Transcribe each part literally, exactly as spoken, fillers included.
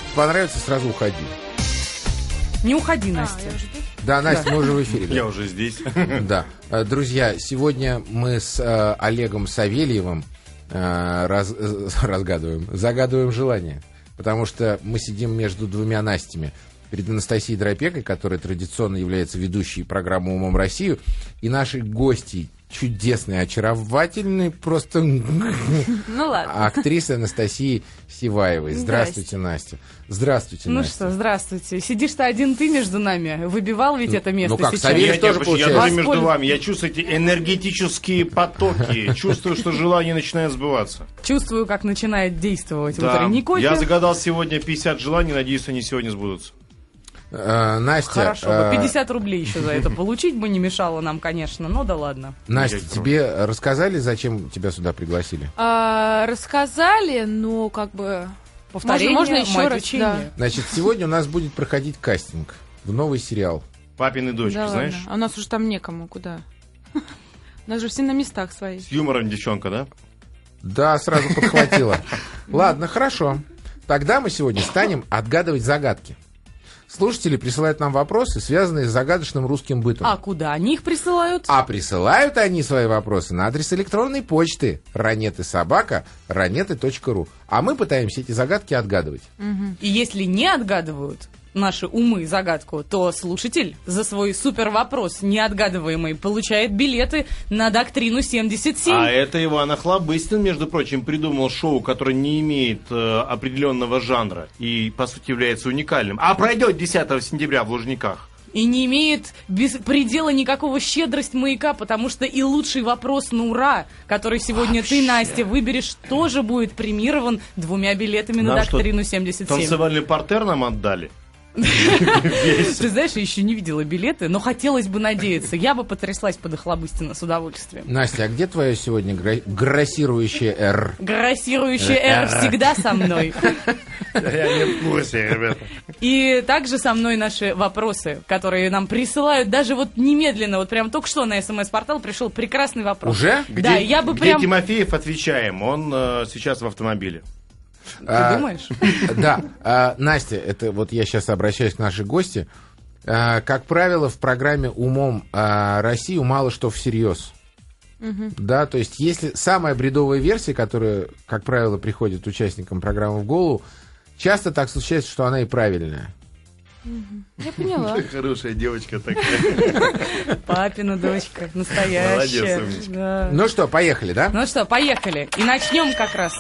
понравится, сразу уходи. Не уходи, Настя. А, да, Настя, да. Мы уже в эфире. Я уже здесь. Да. Друзья, сегодня мы с э, Олегом Савельевым э, раз, э, разгадываем, загадываем желание. Потому что мы сидим между двумя Настями. Перед Анастасией Дропекой, которая традиционно является ведущей программы «Умом Россию», и нашей гостьей, чудесной, очаровательной, просто ну, ладно. актрисы Анастасии Сиваевой. Здравствуйте, Настя. Здравствуйте, ну Настя. Ну что, здравствуйте. Сидишь-то один ты между нами. Выбивал ведь это место ну, как, сейчас. Савельев я, тоже я, получается. я тоже между вами. Я чувствую эти энергетические потоки. Чувствую, что желание начинает сбываться. Чувствую, как начинает действовать да. утренний кофе. Я загадал сегодня пятьдесят желаний. Надеюсь, они сегодня сбудутся. Uh, Настя, Хорошо, uh, пятьдесят рублей еще за это получить бы не мешало нам, конечно, но да ладно. Настя, тебе рассказали, зачем тебя сюда пригласили? А, рассказали, но как бы... Повторение, можно, можно еще раз, да. Значит, сегодня у нас будет проходить кастинг в новый сериал. Папины дочки, да знаешь? Ладно. А у нас уже там некому, куда? У нас же все на местах своих. С юмором девчонка, да? Да, сразу подхватила. Ладно, хорошо. Тогда мы сегодня станем отгадывать загадки. Слушатели присылают нам вопросы, связанные с загадочным русским бытом. А куда они их присылают? А присылают они свои вопросы на адрес электронной почты ранеты-собака ранеты точка ру. А мы пытаемся эти загадки отгадывать. Угу. И если не отгадывают наши умы загадку, то слушатель за свой супер вопрос неотгадываемый получает билеты на доктрину семьдесят семь. А это Иван Охлобыстин, между прочим, придумал шоу, которое не имеет э, определенного жанра и, по сути, является уникальным. А пройдет десятого сентября в Лужниках. И не имеет без предела никакого щедрость маяка, потому что и лучший вопрос на ура, который сегодня Вообще. ты, Настя, выберешь, тоже будет премирован двумя билетами на нам доктрину семьдесят семь. Танцевальный партер нам отдали. Ты знаешь, я еще не видела билеты, но хотелось бы надеяться. Я бы потряслась под Охлобыстина с удовольствием. Настя, а где твое сегодня гра- грассирующее «Р»? Грассирующее «Р» всегда со мной. Я не в курсе, ребята. И также со мной наши вопросы, которые нам присылают даже вот немедленно. Вот прям только что на СМС-портал пришел прекрасный вопрос. Уже? Да, где, я бы где прям... Тимофеев, отвечаем. Он э, сейчас в автомобиле. Ты а, думаешь? Да. А, Настя, это вот я сейчас обращаюсь к нашей гости. А, как правило, в программе «Умом а, Россию» мало что всерьез. Угу. Да, то есть если самая бредовая версия, которая, как правило, приходит участникам программы в голову, часто так случается, что она и правильная. Угу. Я поняла. Хорошая девочка такая. Папина дочка, настоящая. Молодец, да. Ну что, поехали, да? Ну что, поехали. И начнем как раз.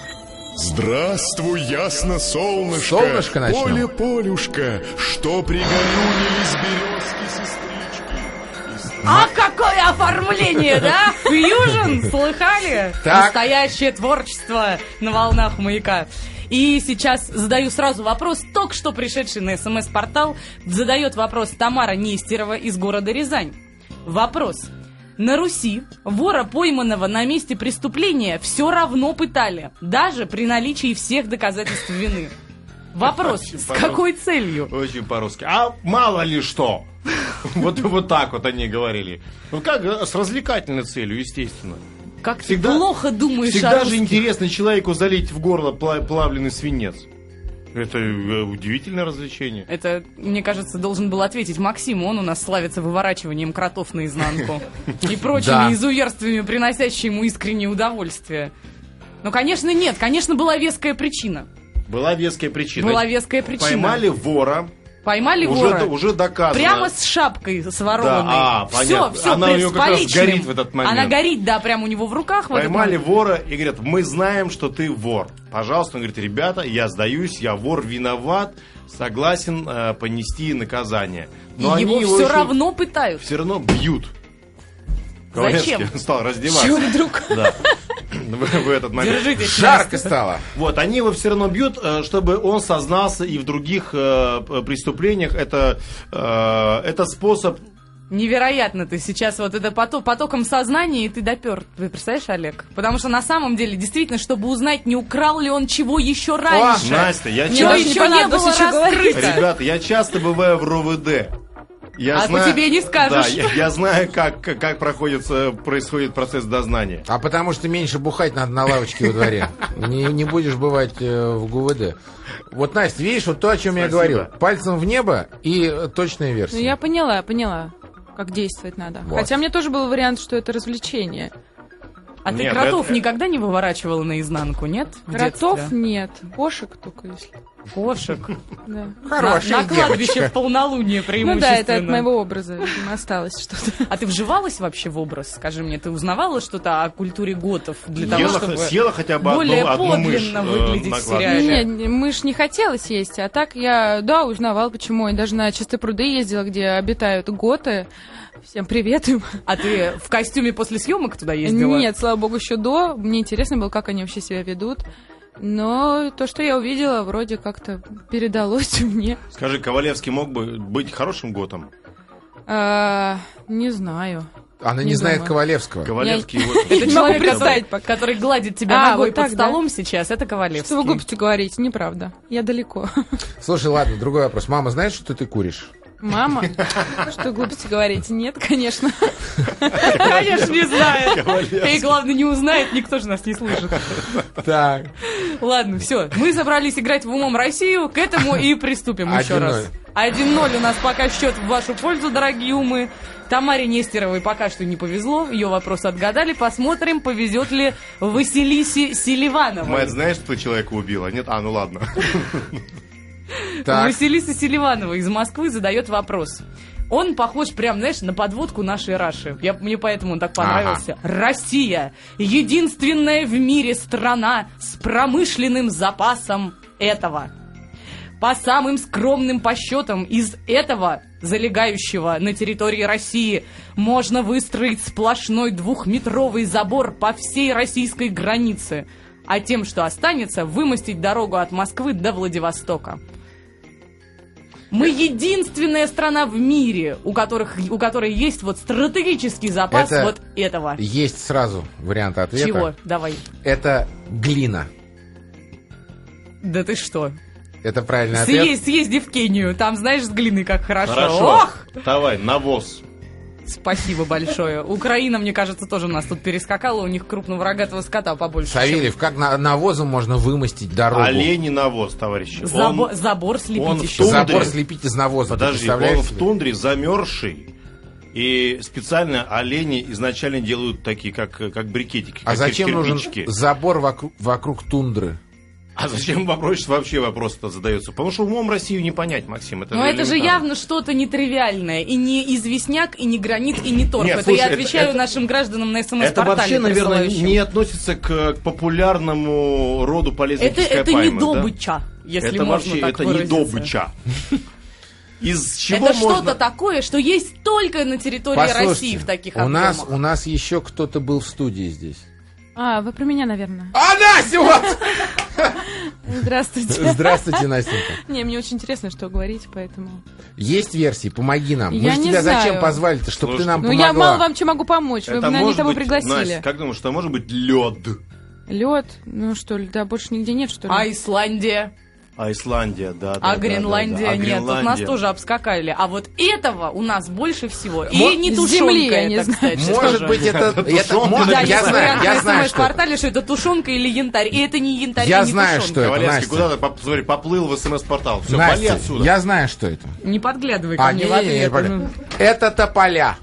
Здравствуй, ясно, солнышко, солнышко начнем. Поле, полюшка, что пригорюнились березки, сестрички. А какое оформление, да? Фьюжн, слыхали? Так. Настоящее творчество на волнах маяка. И сейчас задаю сразу вопрос, только что пришедший на СМС-портал, задает вопрос Тамара Нестерова из города Рязань. Вопрос. На Руси вора, пойманного на месте преступления, все равно пытали, даже при наличии всех доказательств вины. Вопрос, Очень с по-русски. какой целью? Очень по-русски. А мало ли что. Вот, вот так вот они говорили. Ну как, с развлекательной целью, естественно. Как Всегда- ты плохо думаешь о Всегда же русских. интересно человеку залить в горло пла- плавленый свинец. Это э, удивительное развлечение. Это, мне кажется, должен был ответить Максим. Он у нас славится выворачиванием кротов наизнанку и прочими Да. изуверствами, приносящими ему искреннее удовольствие. Ну, конечно, нет. Конечно, была веская причина. Была веская причина. Была веская причина. Поймали вора. Поймали Уже, вора. д- уже доказано. Прямо с шапкой сворованной. Да, а, все, понятно. все, Она у него как раз горит в этот момент. Она горит, да, прямо у него в руках. в этот Поймали момент. вора и говорят, мы знаем, что ты вор. Пожалуйста, он говорит, ребята, я сдаюсь, я вор, виноват, согласен э, понести наказание. И Но его они все очень- равно пытают. все равно бьют. Зачем? Ковалевский стал раздеваться. Чего вдруг? Да. В, в этот момент. Держитесь. Жарко стало. Вот, они его все равно бьют, э, чтобы он сознался и в других э, п- преступлениях. Это, э, это способ... Невероятно ты сейчас вот это поток, потоком сознания, и ты допер. Ты представляешь, Олег? Потому что на самом деле, действительно, чтобы узнать, не украл ли он чего еще раньше. Настя, я Чего часто... еще не было раскрыто. Ребята, я часто бываю в РОВД. Я А по тебе не скажешь. Да, я, я знаю, как, как, как проходит, э, происходит процесс дознания. А потому что меньше бухать надо на лавочке во дворе. Не, не будешь бывать э, в ГУВД. Вот, Настя, видишь, вот то, о чем я Спасибо. говорил. Пальцем в небо и э, точная версия. Ну, я поняла, поняла, как действовать надо. Вот. Хотя мне тоже был вариант, что это развлечение. А ты Нет, кротов это- никогда не выворачивала наизнанку, нет? в Кротов детстве? нет, кошек только если. Кошек. Да. Хорошая на, на кладбище девочка. в полнолуние Ну преимущественно. да, это от моего образа, видимо, осталось что-то. А ты вживалась вообще в образ? Скажи мне, ты узнавала что-то о культуре готов для того, Съела, чтобы съела хотя бы более одну, одну мышь подлинно э, выглядеть на в кладбище. сериале? Не, мышь не хотела съесть, а так я, да, узнавала, почему. Я даже на Чистые пруды ездила, где обитают готы. Всем привет им. А ты в костюме после съемок туда ездила? Нет, слава богу, еще до. Мне интересно было, как они вообще себя ведут. Но то, что я увидела, вроде как-то передалось мне. Скажи, Ковалевский мог бы быть хорошим готом? А, не знаю. Она не, Не знает думаю. Ковалевского. Ковалевский его... Это Не могу человек, представить который, пока. который гладит тебя А, ногой вот под так, да? столом сейчас, это Ковалевский. Что вы глупости говорите? Неправда. Я далеко. Слушай, ладно, другой вопрос. Мама знает, что ты куришь? Мама? Что глупости говорите? Нет, конечно. Конечно, не знает. И главное, не узнает, никто же нас не слышит. Так. Ладно, все. Мы собрались играть в «Умом Россию», к этому и приступим еще один раз. ноль. один ноль у нас пока счет в вашу пользу, дорогие умы. Тамаре Нестеровой пока что не повезло, ее вопрос отгадали. Посмотрим, повезет ли Василисе Селивановой. Мать, знаешь, что человека убила? Нет? А, ну ладно. Так. Василиса Селиванова из Москвы задает вопрос. Он похож прям, знаешь, на подводку нашей Раши. Я, мне поэтому он так понравился. Россия – единственная в мире страна с промышленным запасом этого. По самым скромным подсчетам, из этого, залегающего на территории России, можно выстроить сплошной двухметровый забор по всей российской границе, а тем, что останется, вымостить дорогу от Москвы до Владивостока. Мы единственная страна в мире, у, которых, у которой есть вот стратегический запас Это вот этого. Есть сразу варианты ответа. Чего? Давай. Это глина. Да ты что? Это правильный ответ. Съезд, съезди в Кению, там знаешь с глиной как хорошо. Хорошо. Ох! Давай, навоз. Спасибо большое. Украина, мне кажется, тоже нас тут перескакала, у них крупного рогатого скота побольше. чем- Савельев, как на- навозом можно вымостить дорогу? Олени навоз, товарищи. Забо- Он- Забор слепить он в еще. тундре. Забор слепить из навоза. ты Подожди, представляешь он в себе? тундре замерзший. И специально олени изначально делают такие, как, как брикетики. А как зачем нужен кирпичики. забор вокруг, вокруг тундры? А зачем вопрос, вообще вопрос-то задается? Потому что умом Россию не понять, Максим. Это Но это же элементарно. явно что-то нетривиальное. И не известняк, и не гранит, и не торф. Нет, это слушай, я это- отвечаю это- нашим гражданам на Это СМС-портале вообще, наверное, присылающим. не относится к, к популярному роду полезной Это, китайской это не пальмы, да? добыча, если Это можно вообще, так это не выразиться. добыча. Из чего Это можно... что-то такое, что есть только на территории Послушайте, России в таких у объемах. нас, у нас еще кто-то был в студии здесь. А, вы про меня, наверное. А, Настя, вот! Здравствуйте. Здравствуйте, Настенька. Не, мне очень интересно, что говорить, поэтому... Есть версии, помоги нам. Мы Я же не тебя знаю. зачем позвали-то, чтобы ты Слушай, нам Ну, помогла? я мало вам чем могу помочь. Вы Это меня не может того быть, пригласили. Настя, как думаешь, что может быть лед? Лед? Ну что, льда больше нигде нет, что ли? А Исландия, А Исландия, да, да. а да, Гренландия да, да. А нет. Тут нас Гренландия? тоже обскакали. А вот этого у нас больше всего. И Мо- не с тушенка земли, я не это, знаю. кстати, Может тоже. быть, это... это Тушенка, может, Да, я есть знаю, вариант я на знаю, что это. СМС-портале, что это тушенка или янтарь. И это не янтарь, Я и не знаю, тушенка. что это, Ковалевский, Настя. куда ты, поп- смотри, поплыл в СМС-портал. Все, вали Настя, отсюда. я знаю, что это. Не подглядывай ко А, мне не, в не, не, не, ответ. поля. Ну, Это тополя.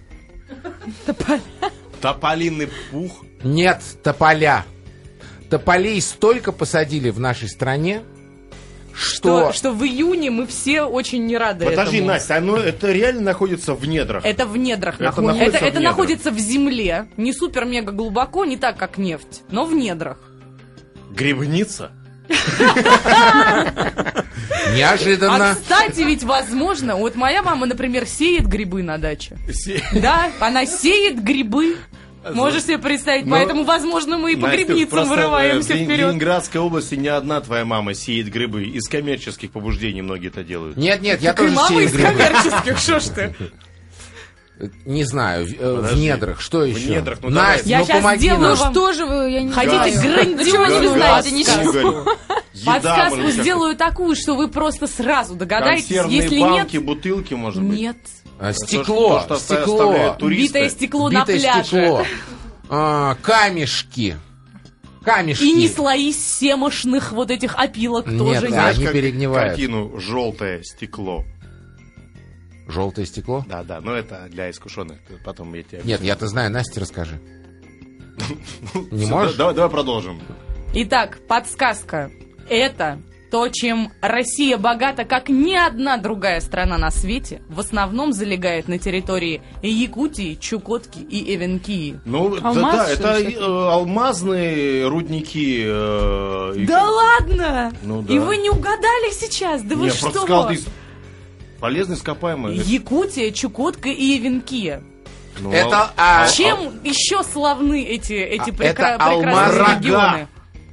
Тополиный пух. Нет, тополя. Тополей столько посадили в нашей стране, что... Что, что в июне мы все очень не рады Подожди, этому. Настя, оно это реально находится в недрах? Это в недрах Это находится. находится Это, в это недрах. находится в земле. Не супер-мега глубоко, не так, как нефть, но в недрах. Грибница? Неожиданно. А кстати, ведь возможно, вот моя мама, например, сеет грибы на даче. Се- Да, она сеет грибы. Можешь себе представить, Ну, поэтому, возможно, мы и по Настя, грибницам просто, вырываемся э, в Лен- вперед. Ленинградской области не одна твоя мама сеет грибы. Из коммерческих побуждений многие это делают. Нет, нет, я Так и тоже мама сею из грибы. коммерческих, что ж ты? Не знаю, в, э, в Подожди. недрах. Что еще? недрах, ну Настя, давай. Я ну щас помоги сделаю Ну нам. вам- что же вы, я не Хотите знаю. Ну чего вы не грандиозную знаете подсказку? ничего? Уголь. Еда, Подсказку может быть, сделаю такую, что вы просто сразу догадаетесь. консервные Если банки, нет, бутылки, может быть. нет. А, стекло, То, что стекло, оставляют туристы. Битое стекло битое на пляже. стекло, а, камешки, камешки. И не слои семошных вот этих опилок Нет, тоже да, нет. Знаешь, они как перегнивают. картину «Желтое стекло». Желтое стекло? Да, да, но это для искушенных. Потом я тебе... Нет, я-то знаю, Настя, расскажи. Не Всё, можешь? да- Давай, давай продолжим. Итак, подсказка. Это то, чем Россия богата, как ни одна другая страна на свете, в основном залегает на территории Якутии, Чукотки и Эвенкии. Ну, да, Алмаз, да, что это ли, э, алмазные рудники. э, и- Да ладно! Ну да. И вы не угадали сейчас? Да вы Не, что? просто сказал, ты полезно ископаемое. Якутия, Чукотка и Эвенкия. Ну, Это, а- а, Чем еще славны эти, эти А, прекра- это алмаз, прекрасные рога. регионы?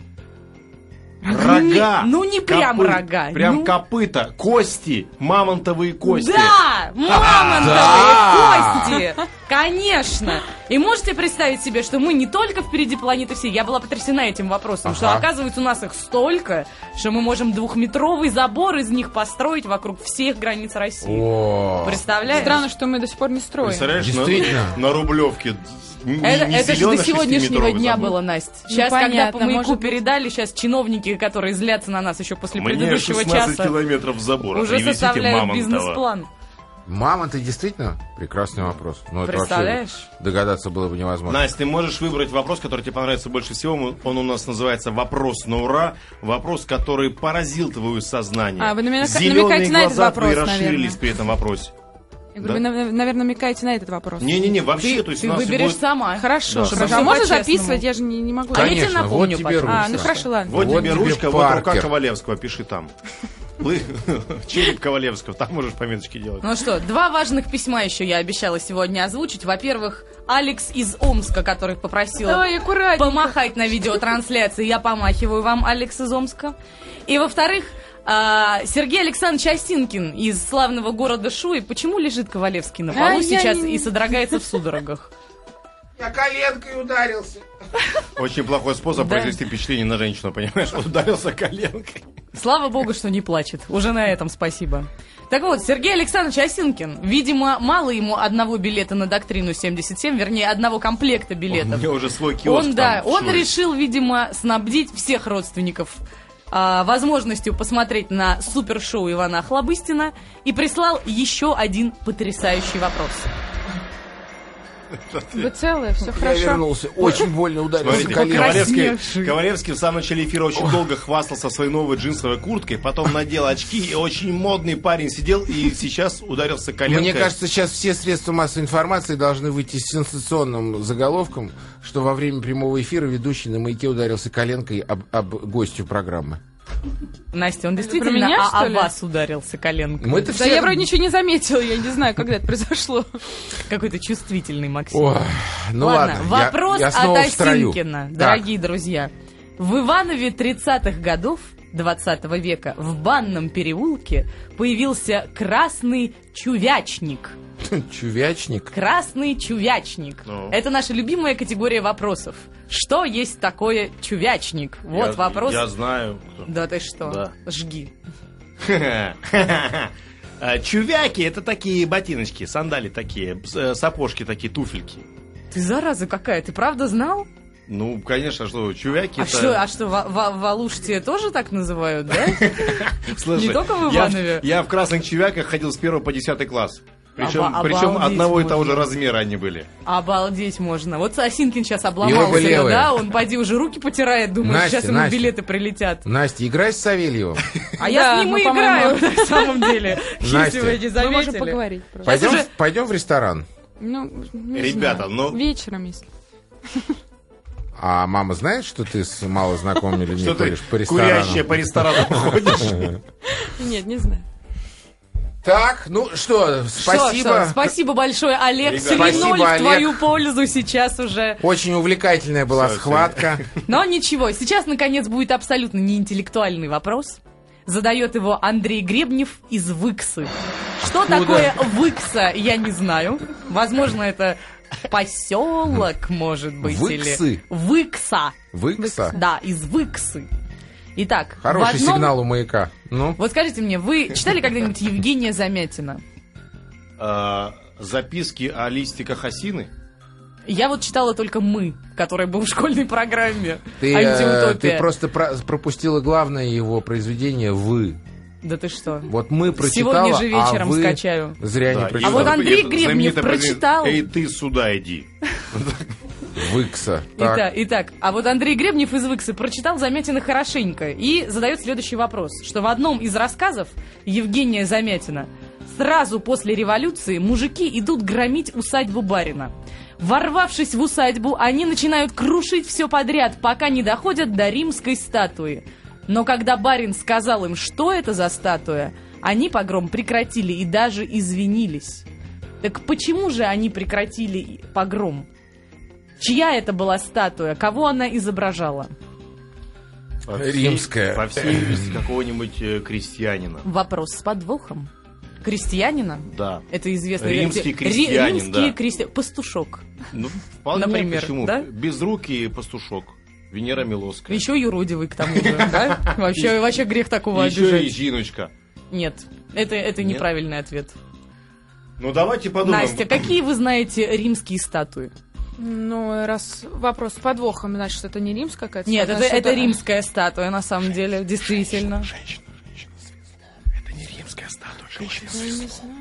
Рога. Ну, не прям копы- рога, Прям ну. копыта, кости, мамонтовые кости. Да! Мамонтовые кости! Конечно! И можете представить себе, что мы не только впереди планеты всей. Я была потрясена этим вопросом, что Ага. оказывается у нас их столько, что мы можем двухметровый забор из них построить вокруг всех границ России. О, Представляешь? Странно, что мы до сих пор не строим. Представляешь, на- Действительно. на, Рублевке. н- Это, не это же зелёный до сегодняшнего шестиметровый дня забор. было, Настя. Ну, Сейчас, когда понятно, по маяку может быть. передали, сейчас чиновники, которые злятся на нас еще после Мне предыдущего шестнадцать часа, километров забора. уже Привезите составляют мамонтова. бизнес-план. мамонты действительно? Прекрасный вопрос. Ну, это Представляешь? вообще догадаться было бы невозможно. Настя, ты можешь выбрать вопрос, который тебе понравится больше всего. Он у нас называется «Вопрос на ура». Вопрос, который поразил твое сознание. А, вы намека- Зеленые намекаете на этот глаза твои вопрос, расширились наверное. при этом вопросе. Я говорю, Да? вы, нав- наверное, намекаете на этот вопрос. Не-не-не, вообще, Ты, то есть ты у нас выберешь будет... сама. Хорошо, Да. хорошо. Чтобы А можно по-честному. записывать? Я же не, не могу. А я тебе Конечно, напомню вот тебе потом. А, ручка. ну хорошо, ладно. Вот, Вот тебе тебе ручка, вот рука Паркер. Ковалевского, пиши там. Вы- Череп Ковалевского, там можешь пометочки делать. Ну что, два важных письма еще я обещала сегодня озвучить. Во-первых, Алекс из Омска, который попросил Ой, аккуратненько. помахать на видеотрансляции. Я помахиваю вам, Алекс из Омска. И во-вторых, а, Сергей Александрович Осинкин из славного города Шуи. Почему лежит Ковалевский на полу А, я сейчас не- и содрогается в судорогах? Я коленкой ударился. Очень плохой способ Да. произвести впечатление на женщину, понимаешь? Вот ударился коленкой. Слава богу, что не плачет. Уже на этом спасибо. Так вот, Сергей Александрович Осинкин. Видимо, мало ему одного билета на доктрину семьдесят семь, вернее, одного комплекта У билетов. меня уже свой киоск Он, да, там, он Шуре. решил, видимо, снабдить всех родственников а, возможностью посмотреть на супершоу Ивана Охлобыстина и прислал еще один потрясающий вопрос. Вы целые, все Я хорошо. вернулся. Очень больно ударился Смотрите, коленкой. Ковалевский, Покрасневший. Ковалевский в самом начале эфира очень долго хвастался своей новой джинсовой курткой, потом надел очки, и очень модный парень сидел и сейчас ударился коленкой. Мне кажется, сейчас все средства массовой информации должны выйти с сенсационным заголовком, что во время прямого эфира ведущий на маяке ударился коленкой об, об гостью программы. Настя, он про действительно меня, о, что о ли? вас ударился коленкой. Мы-то Да все... я вроде ничего не заметила, я не знаю, когда это произошло. Какой-то чувствительный, Максим. Ой, ну ладно, я- вопрос я, снова от в строю. Осинкина, Так. дорогие друзья. В Иванове тридцатых годов двадцатого века в Банном переулке появился красный чувячник. Чувячник. Красный чувячник. Ну. Это наша любимая категория вопросов. Что есть такое чувячник? Вот Я- вопрос. Я знаю. кто. Да ты что? Да. Жги. А, Чувяки — это такие ботиночки, сандали такие, с- э, сапожки такие, туфельки. Ты зараза какая, ты правда знал? Ну, конечно, что чувяки А это... что, а что, в, в, в Алуште тоже так называют, да? Слушай, не только в я Иванове. Я в красных чувяках ходил с первого по десятый класс. Причем, Оба- причем обалдеть одного и того можно. же размера они были. Обалдеть можно. Вот Осинкин сейчас И обломался, оба левые. да? Он поди уже руки потирает, думает, Настя, сейчас ему Настя. билеты прилетят. Настя, играй с Савельевым. А я Да, с ним ну, и по-моему. играю, на самом деле. Настя. Если вы не Мы можем заметили. поговорить просто. Пойдем, уже- пойдем в ресторан. Ну, не Ребята, знаю. ну- Вечером, если. А мама знает, что ты с малознакомыми людьми Что ты ходишь по ресторану? курящая по ресторанам ходишь? Нет, не знаю. Так, ну что, Что, спасибо. что, спасибо большое, Олег. Ребята. три ноль Спасибо, в Олег. твою пользу сейчас уже. Очень увлекательная была Всё, схватка. Но ничего, сейчас, наконец, будет абсолютно неинтеллектуальный вопрос. Задает его Андрей Гребнев из Выксы. Что Откуда? такое Выкса, я не знаю. Возможно, это поселок, может быть, Выксы? или... Выкса. Выкса. Да, из Выксы. Итак, Хороший в одном- сигнал у маяка. Ну, Вот скажите мне, вы читали когда-нибудь Евгения Замятина? э, записки о листиках осины? Я вот читала только «Мы», который был в школьной программе. Ты, э, «Антиутопия». ты просто про- пропустила главное его произведение «Вы». Да ты что? Вот «Мы» прочитала, Сегодня же вечером а вы скачаю. зря Да, не и прочитала. А вот Андрей это Гребнев знаменитое прочитал. произведение. Эй, ты сюда иди. Выкса. Так. Итак, итак, а вот Андрей Гребнев из Выксы прочитал Замятина хорошенько и задает следующий вопрос, что в одном из рассказов Евгения Замятина сразу после революции мужики идут громить усадьбу барина. Ворвавшись в усадьбу, они начинают крушить все подряд, пока не доходят до римской статуи. Но когда барин сказал им, что это за статуя, они погром прекратили и даже извинились. Так почему же они прекратили погром? Чья это была статуя? Кого она изображала? По всей- Римская. По всей видимости, какого-нибудь э, крестьянина. Вопрос с подвохом. Крестьянина? Да. Это известно. Римский Ри- крестьянин, Римские да. крестья- Пастушок. Ну, вполне, Например, почему? да? Безрукий пастушок. Венера Милоская. Еще юродивый, к тому же, да? Вообще, вообще грех такого Еще и обижать. Жиночка. Нет, это, это Нет? неправильный ответ. Ну, давайте подумаем. Настя, какие вы знаете римские статуи? Ну, раз вопрос с подвохом, значит, это не римская какая-то Нет, это, статуя, это что-то- римская статуя, на самом деле, действительно. Женщина, женщина с веслом. Это не римская статуя, женщина Я не знаю.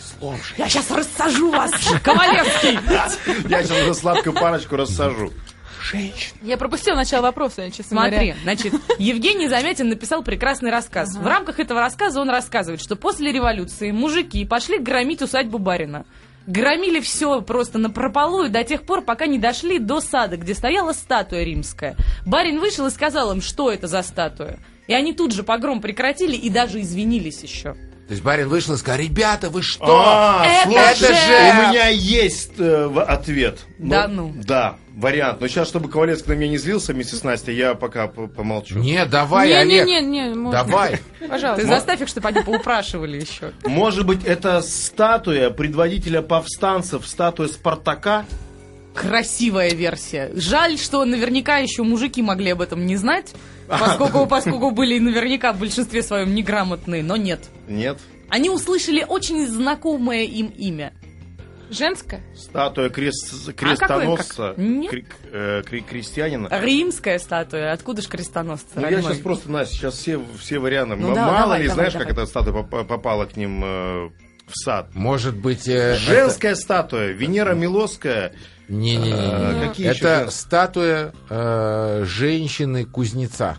Я сейчас рассажу вас, Ковалевский! Я сейчас уже сладкую парочку рассажу. Женщина. Я пропустила начало вопроса, честно Смотри, говоря. значит, Евгений Замятин написал прекрасный рассказ. В рамках этого рассказа он рассказывает, что после революции мужики пошли громить усадьбу барина. Громили все просто напропалую до тех пор, пока не дошли до сада, где стояла статуя римская. Барин вышел и сказал им, что это за статуя. И они тут же погром прекратили и даже извинились еще. То есть барин вышел и сказал: ребята, вы что? А, Это слушай, же- у меня есть э, в- ответ. Да ну. Да, вариант. Но сейчас, чтобы Ковалевский на меня не злился вместе с Настей, я пока п- помолчу. Не, давай, Олег. Не-не-не, можно. Давай. Пожалуйста. Ты заставь их, чтобы они поупрашивали еще. Может быть, это статуя предводителя повстанцев, статуя Спартака? Красивая версия. Жаль, что наверняка еще мужики могли об этом не знать, поскольку, поскольку были наверняка в большинстве своем неграмотные, но нет. Нет. Они услышали очень знакомое им имя. Женская? Статуя крест... А какой, крестоносца, как? Нет. кре- э, кре- крестьянина. Римская статуя. Откуда ж крестоносцы? Ну, я родной? сейчас просто, Настя, сейчас все, все варианты. Ну М- да, Мало давай, ли, давай, знаешь, давай. как эта статуя поп- попала к ним э, в сад. Может быть... э, Женская статуя, Венера Милоская. это- Не-не-не. Э, какие еще Это женские? статуя э, женщины-кузнеца.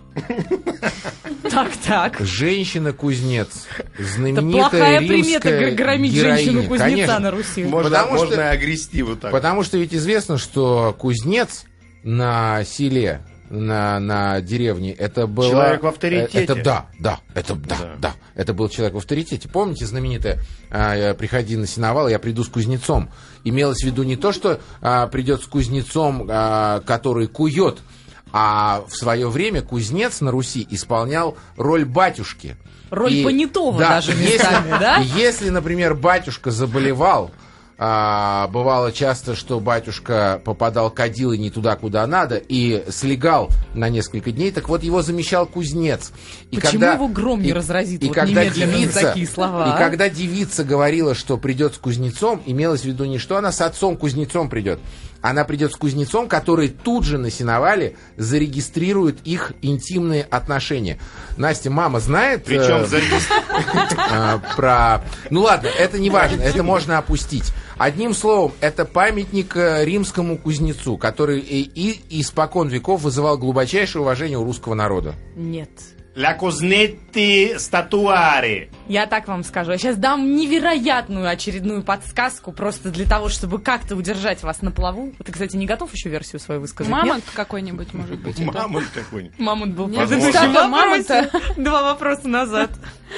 Так, так. Женщина-кузнец. Это Знаменитая плохая примета римская г- громить героиня. женщину-кузнеца Конечно. на Руси. Можно, Потому можно что- огрести вот так. Потому что ведь известно, что кузнец на селе, на, на деревне, это был... Человек в авторитете. Это да, да, это да, Да. да, это был человек в авторитете. Помните знаменитое а, «Приходи на сеновал, я приду с кузнецом». Имелось в виду не то, что а, придет с кузнецом, а, который кует, а в свое время кузнец на Руси исполнял роль батюшки. Роль И- понятого да, даже местами, если, да? Если, например, батюшка заболевал, а, бывало часто, что батюшка попадал кадилой не туда, куда надо, и слегал на несколько дней, так вот его замещал кузнец. И Почему его гром не и- разразит и вот когда немедленно за девица, такие слова, И а? когда девица говорила, что придет с кузнецом, имелось в виду не что она с отцом-кузнецом придет, она придет с кузнецом, который тут же на сеновале зарегистрирует их интимные отношения. Настя, мама знает Причем э, за... э, про... Ну ладно, это не важно, это можно опустить. Одним словом, это памятник э, римскому кузнецу, который и, и испокон веков вызывал глубочайшее уважение у русского народа. Нет. Ля Кознетти статуари. Я так вам скажу. Я сейчас дам невероятную очередную подсказку, просто для того, чтобы как-то удержать вас на плаву. Ты, кстати, не готов еще версию свою высказать? нет? Мамонт какой-нибудь, может быть. это? Мамонт какой-нибудь. Мамонт был в Нет, предыдущем статуя вопросе. мамонта. Два вопроса назад.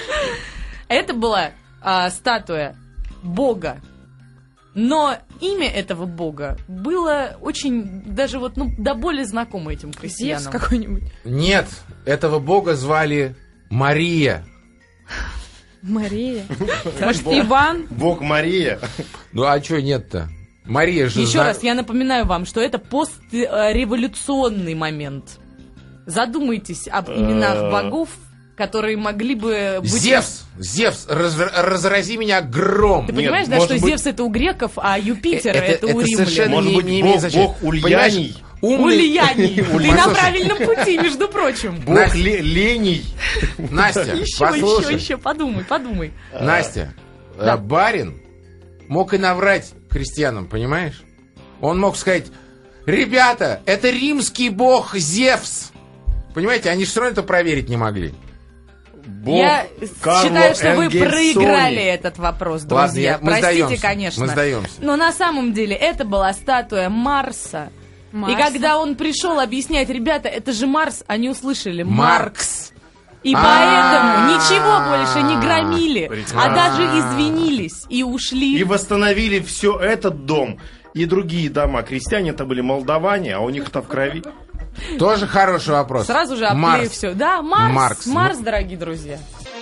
Это была а, статуя бога. Но имя этого бога было очень, даже вот, ну, до боли знакомо этим Зевс крестьянам. какой-нибудь. Нет, этого бога звали Мария. Мария. Может, Иван? Бог Мария. Ну а что нет-то? Мария же... Еще зна- раз, я напоминаю вам, что это постреволюционный момент. Задумайтесь об именах богов, которые могли бы быть... Зевс! Зевс, раз- разрази меня гром. Ты Нет, понимаешь, да, может что быть- Зевс это у греков, а Юпитер Это- это, у это совершенно римлян. Может не- быть, не бог- имеет значения. бог Ульяний? Понимаешь, умный- Ульяний. Ты на Послушай, правильном пути, между прочим. Бог Настя. ле- лений. Настя, Еще, еще, послушай. еще, подумай, подумай. Настя, э, Да. барин мог и наврать крестьянам, понимаешь? Он мог сказать: ребята, это римский бог Зевс. Понимаете, они же все равно это проверить не могли. Бог Я Карло считаю, что вы Энгельсони. проиграли этот вопрос, друзья. Ладно, я- мы Простите, сдаемся, конечно. мы сдаемся. Но на самом деле это была статуя Марса. Марса. И когда он пришел объяснять, ребята, это же Марс, они услышали Маркс. Маркс. И А. поэтому ничего больше не громили, а Прекрасно. даже извинились и ушли. И восстановили все этот дом и другие дома. Крестьяне это были молдаване, а у них это в крови. Тоже хороший вопрос. Сразу же оплею Марс. все. Да, Марс, Маркс. Марс, дорогие друзья.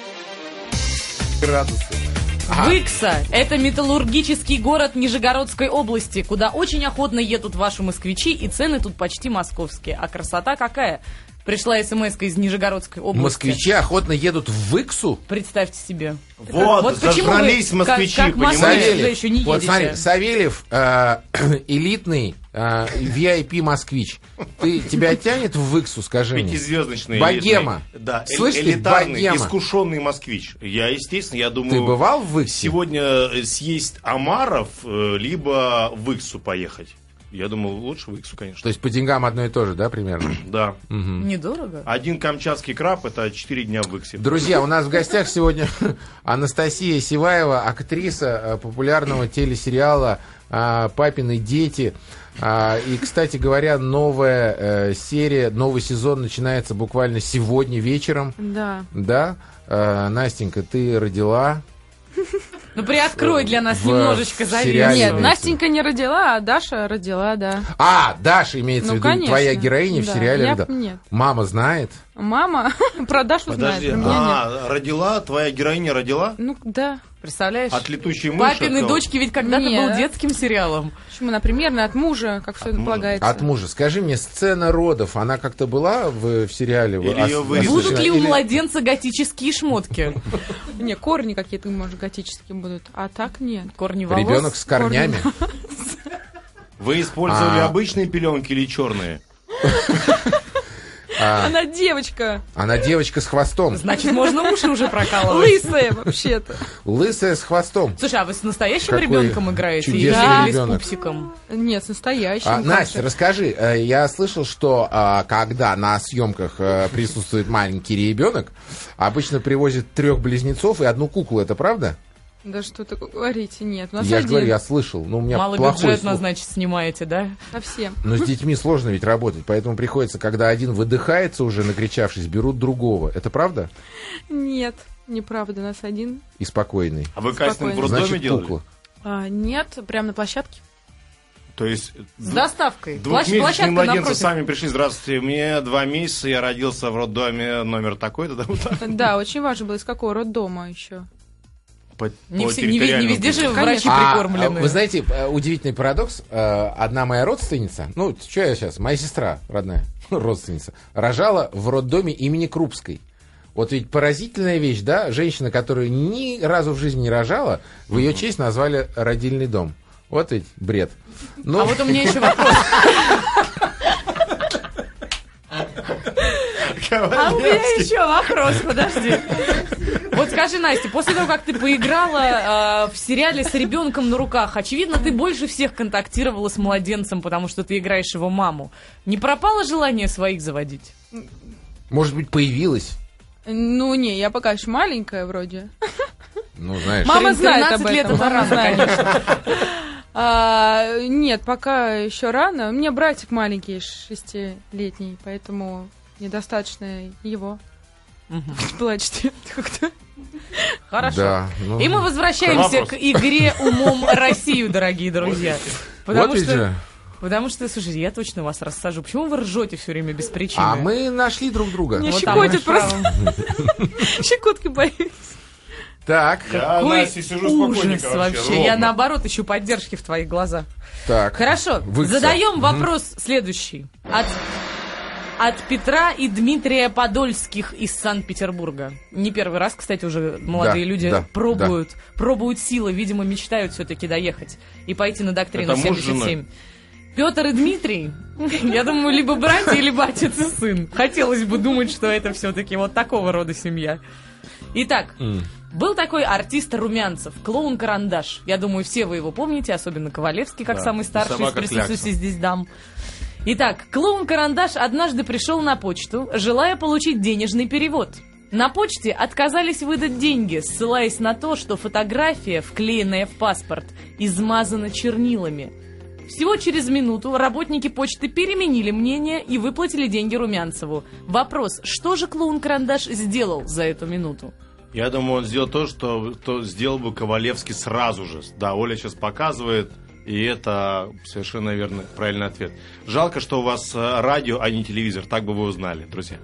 Градусы. Ага. Выкса – это металлургический город Нижегородской области, куда очень охотно едут ваши москвичи, и цены тут почти московские. А красота какая? Пришла смс-ка из Нижегородской области. Москвичи охотно едут в Выксу. Представьте себе. Вот, почему вы, зажрались москвичи, как, как понимаешь? москвич, Савельев. да еще не Вот едете. смотри, Савельев э, элитный э, ви ай пи-москвич. Ты, тебя тянет в Выксу, скажи мне? Пятизвездочный. Богема. элитный. Да, э- Слышь ты, элитарный, богема. искушенный москвич. Я, естественно, я думаю... Ты бывал в Выксе? Сегодня э, съесть омаров, э, либо в Иксу поехать. Я думаю, лучше в Иксу, конечно. То есть по деньгам одно и то же, да, примерно? Да. Недорого. Один камчатский краб — это четыре дня в Иксе. Друзья, у нас в гостях сегодня Анастасия Сиваева, актриса э, популярного телесериала э, «Папины дети». А, И, кстати говоря, новая э, серия, новый сезон начинается буквально сегодня вечером. Да. Да? Э, Настенька, ты родила. Ну, приоткрой для нас в- немножечко в завесу. сериале. Нет, Имеется. Настенька не родила, а Даша родила, да. А, Даша имеется Ну, в виду, конечно. твоя героиня в Да, сериале. я- да. нет. Мама знает. Мама про Дашу знает, Подожди, про меня нет. а, родила, твоя героиня родила? Ну, да. Представляешь? От летучей мыши? Папины от кого? дочки ведь когда-то Нет. был детским сериалом. Почему? Например, от мужа, как все это мужа. полагается. От мужа. Скажи мне, сцена родов, она как-то была в, в сериале? Или Ос- её вырезали? Будут ли у Или- младенца готические шмотки? Не, корни какие-то, может, готические будут. А так нет. Корни волос? Ребенок с корнями? Вы использовали А. обычные пеленки или черные? Она девочка. Она девочка с хвостом. Значит, можно уши уже прокалывать. Лысая вообще-то. Лысая с хвостом. Слушай, а вы с настоящим Какой ребенком играете? Или, чудесный или с ребенок. пупсиком? Нет, с настоящим. А, как Настя, же. расскажи, э, я слышал, что а, когда на съемках э, присутствует маленький ребенок, обычно привозят трех близнецов и одну куклу, это правда? Да что ты говорите, нет. У нас Я же один. говорю, я слышал, но у меня плохой Малобюджетно, слух. значит, снимаете, да? Совсем. Но с детьми сложно ведь работать, поэтому приходится, когда один выдыхается уже, накричавшись, берут другого. Это правда? Нет, неправда, у нас один. И спокойный. А вы кастинг в Спокойно. роддоме Значит, делали? кукла. А, нет, прямо на площадке. То есть С доставкой. Площ- двухмесячные Площадка младенцы напротив. сами пришли. Здравствуйте, мне два месяца, я родился в роддоме номер такой-то. Да, вот так. Да, очень важно было, из какого роддома еще. По- Не, по все, не, ви- не везде же территориальному врачи А, прикормлены. а, вы знаете, э, удивительный парадокс. Э, Одна моя родственница, ну, что я сейчас, моя сестра родная, родственница, рожала в роддоме имени Крупской. Вот ведь поразительная вещь, да? Женщина, которая ни разу в жизни не рожала, в ее честь назвали родильный дом. Вот ведь бред. Ну, А вот у меня еще вопрос. А у меня еще вопрос, подожди. Вот скажи, Настя, после того, как ты поиграла э, в сериале с ребенком на руках, очевидно, ты больше всех контактировала с младенцем, потому что ты играешь его маму. Не пропало желание своих заводить? может быть, появилась. Ну, не, я пока еще маленькая вроде. Ну, знаешь. Мама тринадцать знает об лет этом. это мама рано, знает. конечно. А, нет, пока еще рано. У меня братик маленький, шестилетний, поэтому недостаточно его. Плачьте как-то. Хорошо. Да, ну, И мы возвращаемся Вопрос. к игре «Умом Россию», дорогие друзья. Потому вот ведь что, же. потому что, слушайте, я точно вас рассажу. Почему вы ржете все время без причины? А мы нашли друг друга. Не Вот там щекотит мы просто. вправо. Щекотки боюсь. Так, Я, Какой Настя, сижу ужас спокойненько вообще. вообще, Я, ровно. наоборот, ищу поддержки в твоих глазах. так. Хорошо, Выкса. задаем вопрос следующий. От... От Петра и Дмитрия Подольских из Санкт-Петербурга. Не первый раз, кстати, уже молодые Да, люди да, пробуют, пробуют силы, видимо, мечтают все-таки доехать и пойти на доктрину Это муж с семьдесят семь. женой? Петр и Дмитрий, я думаю, либо братья, либо отец и сын. Хотелось бы думать, что это все-таки вот такого рода семья. Итак, М. был такой артист Румянцев, клоун Карандаш. Я думаю, все вы его помните, особенно Ковалевский, как Да, самый старший из собака присутствующих Клякса. здесь дам. Итак, клоун Карандаш однажды пришел на почту, желая получить денежный перевод. На почте отказались выдать деньги, ссылаясь на то, что фотография, вклеенная в паспорт, измазана чернилами. Всего через минуту работники почты переменили мнение и выплатили деньги Румянцеву. Вопрос, что же клоун Карандаш сделал за эту минуту? Я думаю, он сделал то, что, что сделал бы Ковалевский сразу же. Да, Оля сейчас показывает, и это совершенно верно, правильный ответ. Жалко, что у вас э, радио, а не телевизор. Так бы вы узнали, друзья.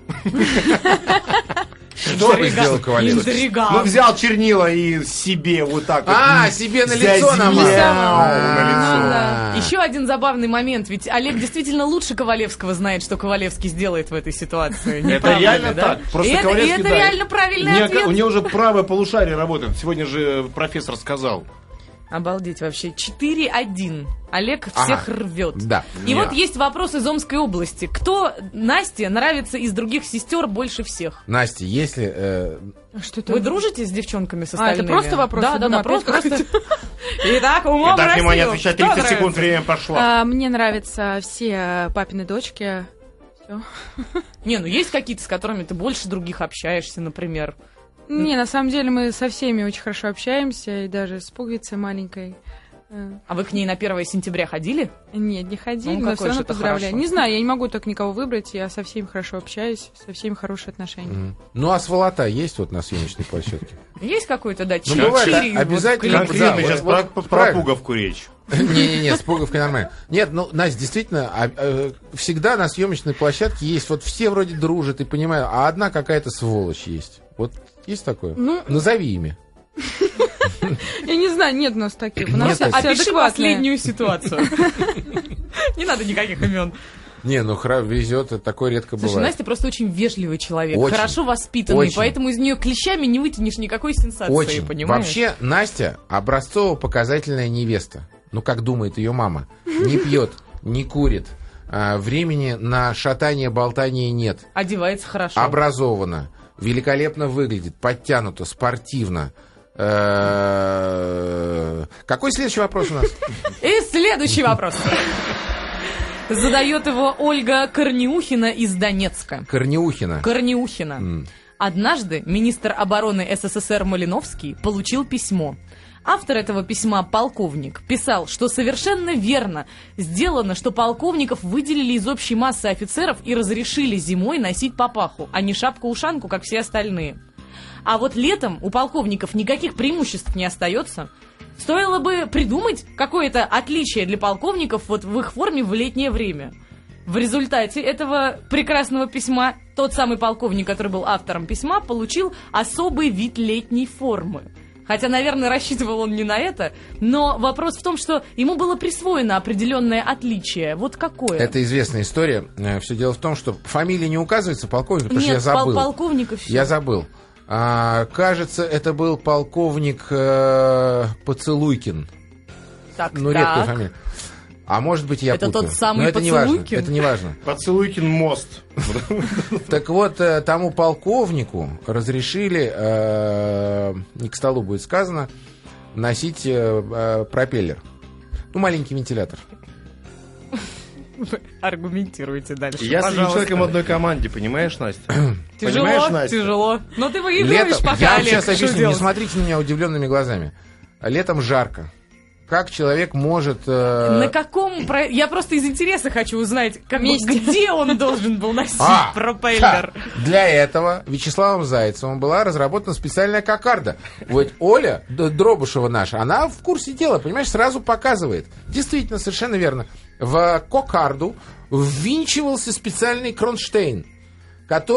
Что бы сделал Ковалевский? Интриган. Ну, взял чернила и себе вот так вот. А, себе на заземлял лицо намазал. на лицо. Ну да. Еще один забавный момент, ведь Олег действительно лучше Ковалевского знает, что Ковалевский сделает в этой ситуации. Не Это правда реально ли, да? так. Просто и это, и Ковалевский, это да. реально правильный У нее- ответ. У нее уже правое полушарие работает. Сегодня же профессор сказал. Обалдеть вообще. четыре один. Олег Ага. всех рвет. Да. И Я. вот есть вопрос из Омской области. Кто Насте нравится из других сестер больше всех? Настя, если... э, Что это? Вы дружите с девчонками с А, это остальными? просто вопрос? Да, Я да, да, думаю, просто, опять просто. Итак, умом Итак, внимание, Россию. отвечать Кто тридцать секунд, нравится? время пошло. А, мне нравятся все папины дочки. Все. Не, ну есть какие-то, с которыми ты больше других общаешься, например. Не, на самом деле мы со всеми очень хорошо общаемся, и даже с пуговицей маленькой. Э, А вы к ней на первое сентября ходили? Нет, не ходили, Ну, но какое все равно же это поздравляю. хорошо. Не знаю, я не могу так никого выбрать, я со всеми хорошо общаюсь, со всеми хорошие отношения. м. Ну, а сволота есть вот на съемочной площадке? Есть какой-то, да, Ну, бывает, чири а, обязательно. вот в клипе. Да, Конкретно вот- сейчас вот про, про правильно. пуговку речь. Не-не-не, с пуговкой нормально. Нет, ну, Настя, действительно, а, э, всегда на съемочной площадке есть, вот все вроде дружат и понимают, а одна какая-то сволочь есть. Вот есть такое? Ну- Назови имя. Я не знаю, нет у нас таких. У нас Нет, все Настя. Опиши адекватные. последнюю ситуацию. Не надо никаких имен. Не, ну, хра- везет, это такое редко Слушай, бывает. Настя просто очень вежливый человек, Очень. хорошо воспитанный, Очень. поэтому из нее клещами не вытянешь никакой сенсации, Очень. понимаешь? Вообще, Настя образцово-показательная невеста. Ну, как думает ее мама. Не пьет, не курит. а, Времени на шатание, болтание нет. Одевается хорошо. Образована. Великолепно выглядит. Подтянуто, спортивно. Э, Какой следующий вопрос у нас? И следующий вопрос. Задает его Ольга Корнеухина из Донецка. Корнеухина. Корнеухина. М. Однажды министр обороны СССР Малиновский получил письмо. Автор этого письма, полковник, писал, что совершенно верно сделано, что полковников выделили из общей массы офицеров и разрешили зимой носить папаху, а не шапку-ушанку, как все остальные. А вот летом у полковников никаких преимуществ не остается. Стоило бы придумать какое-то отличие для полковников вот в их форме в летнее время. В результате этого прекрасного письма тот самый полковник, который был автором письма, получил особый вид летней формы. Хотя, наверное, рассчитывал он не на это, но вопрос в том, что ему было присвоено определенное отличие. Вот какое? Это известная история. Все дело в том, что фамилия не указывается полковника, потому Нет, что я забыл. пол- полковников всё. Я забыл. А, кажется, это был полковник э, Поцелуйкин. Так, Ну, так. редкая фамилия. А может быть, я Это путаю. тот самый Но это не важно. Поцелуйкин? Это не важно. Поцелуйкин мост. Так вот, э, тому полковнику разрешили, э, не к столу будет сказано, носить э, э, пропеллер. Ну, маленький вентилятор. Вы аргументируйте дальше, Я с этим пожалуйста. человеком в одной команде, понимаешь, Настя? Тяжело, Понимаешь, Настя? тяжело. Но ты выигрываешь Летом, пока, я вам Олег, сейчас что объясню, не делать? смотрите на меня удивленными глазами. Летом жарко. Как человек может... э, На каком... про- Я просто из интереса хочу узнать, как бы, Месте. где он должен был носить А, пропеллер. да. Для этого Вячеславом Зайцевым была разработана специальная кокарда. Вот Оля Д- Дробышева наша, она в курсе дела, понимаешь, сразу показывает. Действительно, совершенно верно. В кокарду ввинчивался специальный кронштейн, который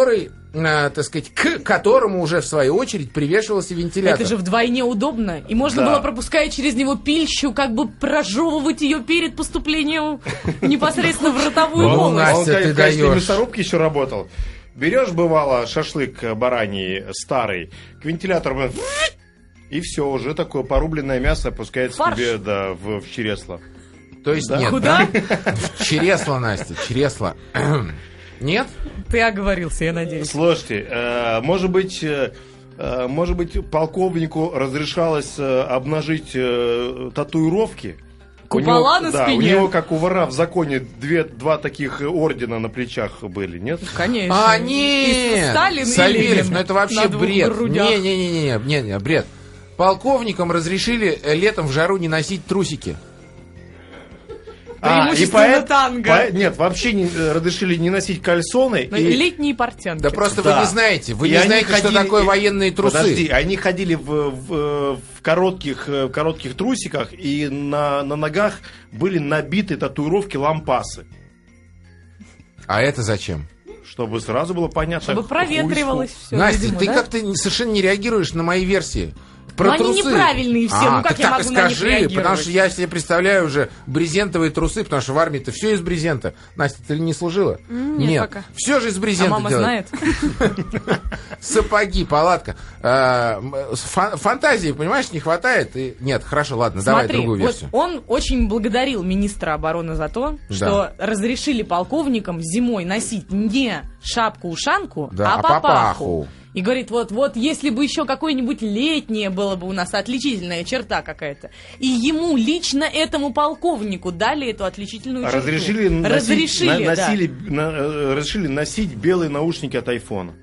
э, так сказать, к которому уже в свою очередь привешивался вентилятор. Это же вдвойне удобно. И можно Да. было, пропуская через него пищу, как бы прожевывать ее перед поступлением непосредственно в ротовую Ну, полость. Настя, Он ты в качестве даешь. мясорубки еще работал. Берешь, бывало, шашлык бараний старый, к вентилятору, и все, уже такое порубленное мясо опускается Фарш. тебе да, в, в чересло. То есть Да. нет, Куда? да? В чресло, Настя, чресло. Нет? Ты оговорился, я надеюсь. Слушайте, э, может быть, э, э, может быть, полковнику разрешалось э, обнажить э, татуировки? Купола У него- на да, спине. у него, как у вора в законе, две, два таких ордена на плечах были, нет? Конечно. А, И нет! Сталин и Савельев, Ленин ну это вообще на двух бред. грудях. Не-не-не, не, не, бред. Полковникам разрешили э, летом в жару не носить трусики. Преимущественно танго. по- нет, вообще не, э, разрешили не носить кальсоны. Ну, и- летние портянки. Да просто Да. вы не знаете. Вы И не они знаете, что ходили- такое и- военные трусы. Подожди, они ходили в, в, в коротких, э, коротких трусиках, и на, на ногах были набиты татуировки лампасы. А это зачем? Чтобы сразу было понятно. Чтобы проветривалось хуйску. все. Настя, видимо, ты да? как-то не- совершенно не реагируешь на мои версии. Про Но они трусы. неправильные все, А, ну как так я так могу и на них скажи, реагировать? потому что я себе представляю уже брезентовые трусы, потому что в армии-то все из брезента. Настя, ты не служила? М, нет, пока. Все же из А брезента мама делают. знает. Сапоги, палатка. А, м, фан- фантазии, понимаешь, не хватает. И... Нет, хорошо, ладно, давай Смотри, другую вот версию. он очень благодарил министра обороны за то, Да. что разрешили полковникам зимой носить не шапку-ушанку, Да, а а папаху. папаху. И говорит, вот, вот, если бы еще какое-нибудь летнее было бы у нас отличительная черта какая-то. И ему, лично этому полковнику, дали эту отличительную черту. Разрешили, носить, Разрешили, на- да. носили, на- э, разрешили носить белые наушники от айфона.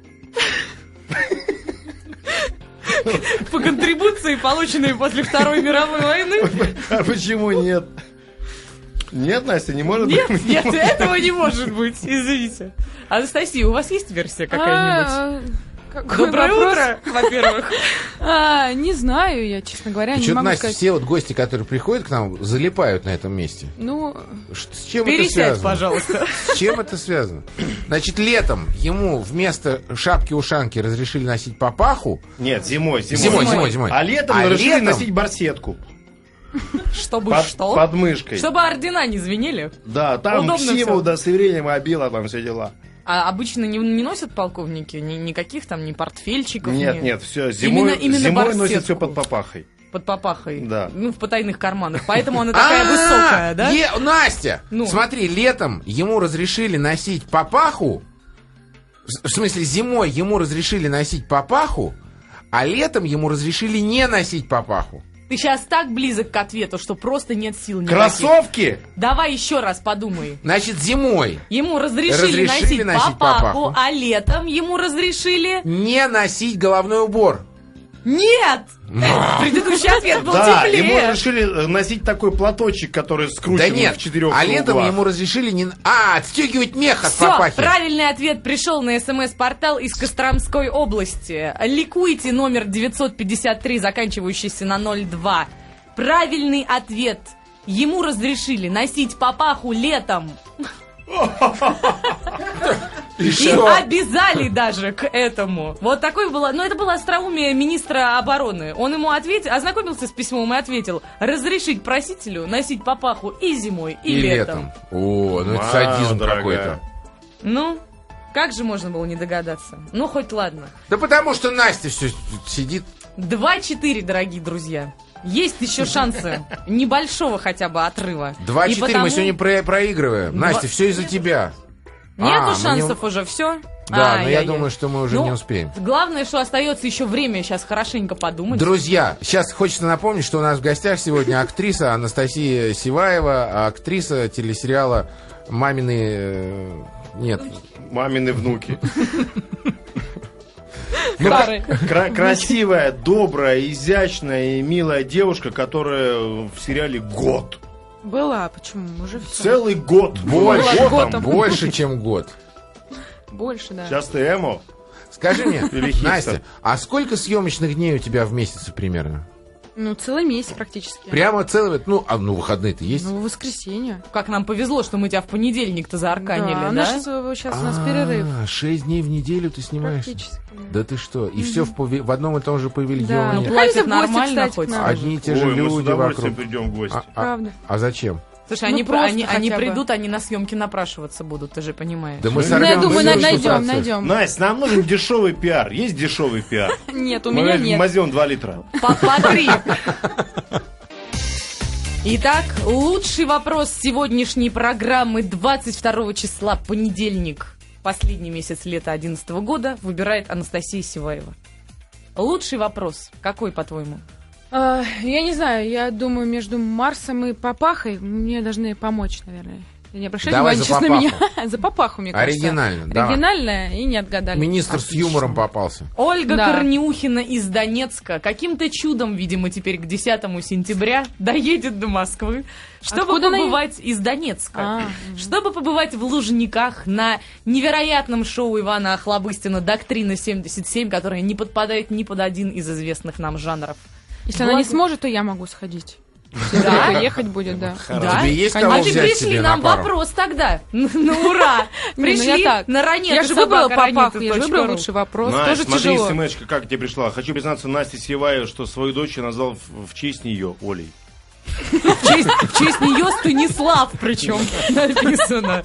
По контрибуции, полученной после Второй мировой войны. А почему нет? Нет, Настя, не может Нет, быть? нет, этого не может быть, извините. Анастасия, у вас есть версия какая-нибудь? А, какой Доброе вопрос? утро, во-первых. А, не знаю, я, честно говоря, не Что-то, могу Настя, сказать. все вот гости, которые приходят к нам, залипают на этом месте. Ну, Ш- С чем это Пересядь, связано? пожалуйста. С чем это связано? Значит, летом ему вместо шапки-ушанки разрешили носить папаху. Нет, зимой, зимой. Зимой, зимой, зимой. А летом А разрешили летом- носить барсетку. Чтобы Под, что? под мышкой. Чтобы ордена не звенели. Да, там Удобно все всё. удостоверения мобила, там все дела. А обычно не, не носят полковники ни, никаких там ни портфельчиков, Нет, ни нет, все, зимой, Именно- именно зимой носят барсетку. все под папахой. под папахой. Да. Ну, в потайных карманах. Поэтому она такая А, высокая, да? е- Настя, Ну. смотри, летом ему разрешили носить папаху. В смысле, зимой ему разрешили носить папаху, а летом ему разрешили не носить папаху. Ты сейчас так близок к ответу, что просто нет сил никаких. Кроссовки? Давай еще раз подумай. Значит, зимой Ему разрешили, Разрешили носить, носить папаху, папаху. а летом ему разрешили... не носить головной убор. Нет! Предыдущий ответ был Да, ему теплее. разрешили э, носить такой платочек, который Да скручен нет, в четырех а летом углах. ему разрешили не... А, отстегивать мех от Все, папахи. правильный ответ пришел на СМС-портал из Костромской области. Ликуйте номер девятьсот пятьдесят три, заканчивающийся на ноль два. Правильный ответ. Ему разрешили носить папаху летом. И И что? обязали даже к этому. Вот такой было. Но это было остроумие министра обороны. Он ему ответил, ознакомился с письмом и ответил: разрешить просителю носить папаху и зимой, и, И летом. летом. О, ну это Мама садизм дорогая. какой-то. Ну, как же можно было не догадаться? Ну, хоть ладно. Да потому что Настя все сидит. два-четыре, дорогие друзья. Есть еще шансы небольшого хотя бы отрыва. И два-четыре потому мы сегодня про- проигрываем. Два- Настя, все из-за тебя. Нету А, мы не- шансов уже, все? Да, но я думаю, что мы уже Ну, не успеем. Главное, что остается еще время сейчас хорошенько подумать. Друзья, сейчас хочется напомнить, что у нас в гостях сегодня актриса Анастасия Сиваева, актриса телесериала «Мамины...» э, Нет. Мамины внуки. Пары. Кра- красивая, добрая, изящная и милая девушка, которая в сериале «Год». была, почему? Уже все. Целый год. Больше, Была годом. больше, чем год. Больше, да. Сейчас ты эмо. Скажи мне, Или хипстер. Настя, а сколько съемочных дней у тебя в месяц примерно? Ну, целый месяц практически. Прямо целый... Ну, а ну выходные-то есть? Ну, в воскресенье. Как нам повезло, что мы тебя в понедельник-то заарканили, Да, да? у нас сейчас у нас перерыв. А, шесть дней в неделю ты снимаешь? Практически. Да ты что? И все в, пави- в одном и том же Да. павильоне? Ну, Приходите платят в гости, нормально кстати, хоть. к нам. Одни и те же Ой, мы с люди удовольствием вокруг. придем в гости. А, а- Правда. а зачем? Слушай, Ну, они, просто они, они хотя бы. придут, они на съемки напрашиваться будут, ты же понимаешь. Да мы Ну, сорвем Ну, я думаю, на- съемочный найдем, процесс. найдем. Настя, нам нужен дешевый пиар. Есть дешевый пиар? Нет, у Мы меня нет. возьмем два литра. По, по три. Итак, лучший вопрос сегодняшней программы двадцать второго числа, понедельник, последний месяц лета две тысячи одиннадцатого года, выбирает Анастасия Сиваева. Лучший вопрос какой, по-твоему? А, я не знаю, я думаю, между Марсом и Папахой мне должны помочь, наверное. Не обращайте Давай внимания за сейчас на меня. Папаху. За Папаху, мне кажется. Оригинально, давай. Оригинально и не отгадали. Министр с юмором попался. Ольга Да. Корнеухина из Донецка каким-то чудом, видимо, теперь к десятому сентября доедет до Москвы, чтобы Откуда она побывать из Донецка. А, Чтобы побывать в Лужниках на невероятном шоу Ивана Охлобыстина «Доктрина семьдесят семь», которое не подпадает ни под один из известных нам жанров. Если она не Благо- сможет, то я могу сходить. Да? Только ехать будет, да. Да? Тебе есть Конечно. кого А ты взять пришли себе нам на пару? вопрос тогда. Ну ура! Не, ну Пришли я так. на ранету Я же выбрала собака Папаху, я же ранету выбрала точка ру. лучший вопрос. Настя, Тоже смотри, тяжело. смс-очка, как тебе пришла. Хочу признаться Насте Сиваевой, что свою дочь я назвал в, в честь нее Олей. В честь, в честь нее Станислав причем написано.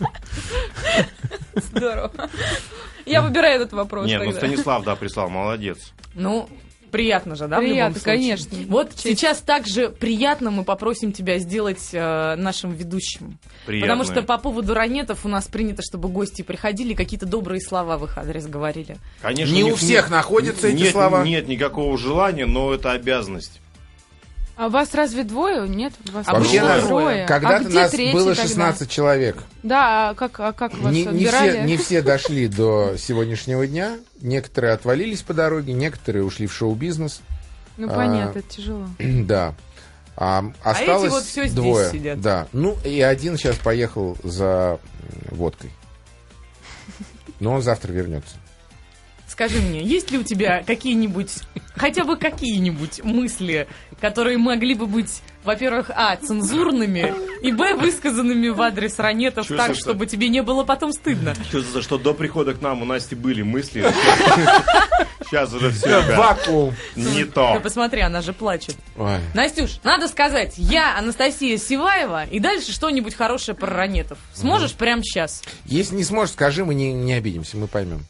Здорово. Я выбираю этот вопрос Нет, ну тогда. Станислав, да, прислал, молодец. Ну, приятно же, да, в Приятно, любом случае? конечно. Вот Честь. сейчас также приятно мы попросим тебя сделать э, нашим ведущим. Приятно. Потому что по поводу ранетов у нас принято, чтобы гости приходили, какие-то добрые слова в их адрес говорили. Конечно, Не них у всех нет- находятся эти нет, слова. Нет никакого желания, но это обязанность. А вас разве двое? Нет? Вас А Вообще было нас, трое. когда-то А где нас третий было тогда? шестнадцать человек. Да, а как, а как вас Не, не отбирали? все, не все дошли до сегодняшнего дня. Некоторые отвалились по дороге, некоторые ушли в шоу-бизнес. Ну, А, понятно, это тяжело. Да. А, осталось эти вот всё здесь двое. сидят. Да. Ну, и один сейчас поехал за м, водкой. Но он завтра вернется. Скажи мне, есть ли у тебя какие-нибудь, хотя бы какие-нибудь мысли, которые могли бы быть, во-первых, а, цензурными, и, б, высказанными в адрес ранетов так, Чувствуется. чтобы тебе не было потом стыдно? Чувствуется, что до прихода к нам у Насти были мысли. Сейчас уже все, Вакуум. не Да то. посмотри, она же плачет. Ой. Настюш, надо сказать, я Анастасия Сиваева, и дальше что-нибудь хорошее про ранетов. Сможешь прямо сейчас? Если не сможешь, скажи, мы не, не обидимся, мы поймем.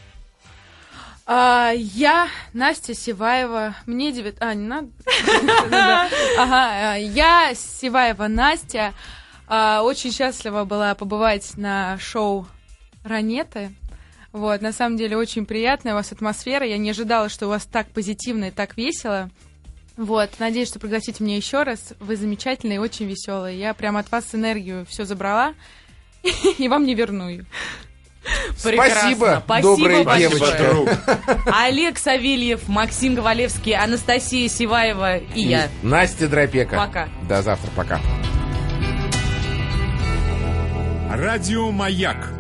А, я Настя Сиваева, мне девять... А, не надо? Да-да. Ага, а, я Сиваева Настя, а, очень счастлива была побывать на шоу «Ранеты». Вот, на самом деле очень приятная у вас атмосфера, я не ожидала, что у вас так позитивно и так весело. Вот, надеюсь, что пригласите меня еще раз, вы замечательные и очень веселые. Я прям от вас энергию все забрала и вам не верну ее. Прекрасно. Спасибо, Спасибо добрая большое. девочка. Друг. Олег Савельев, Максим Ковалевский, Анастасия Сиваева и я. Настя Дропека. Пока. До завтра, пока. Радио «Маяк»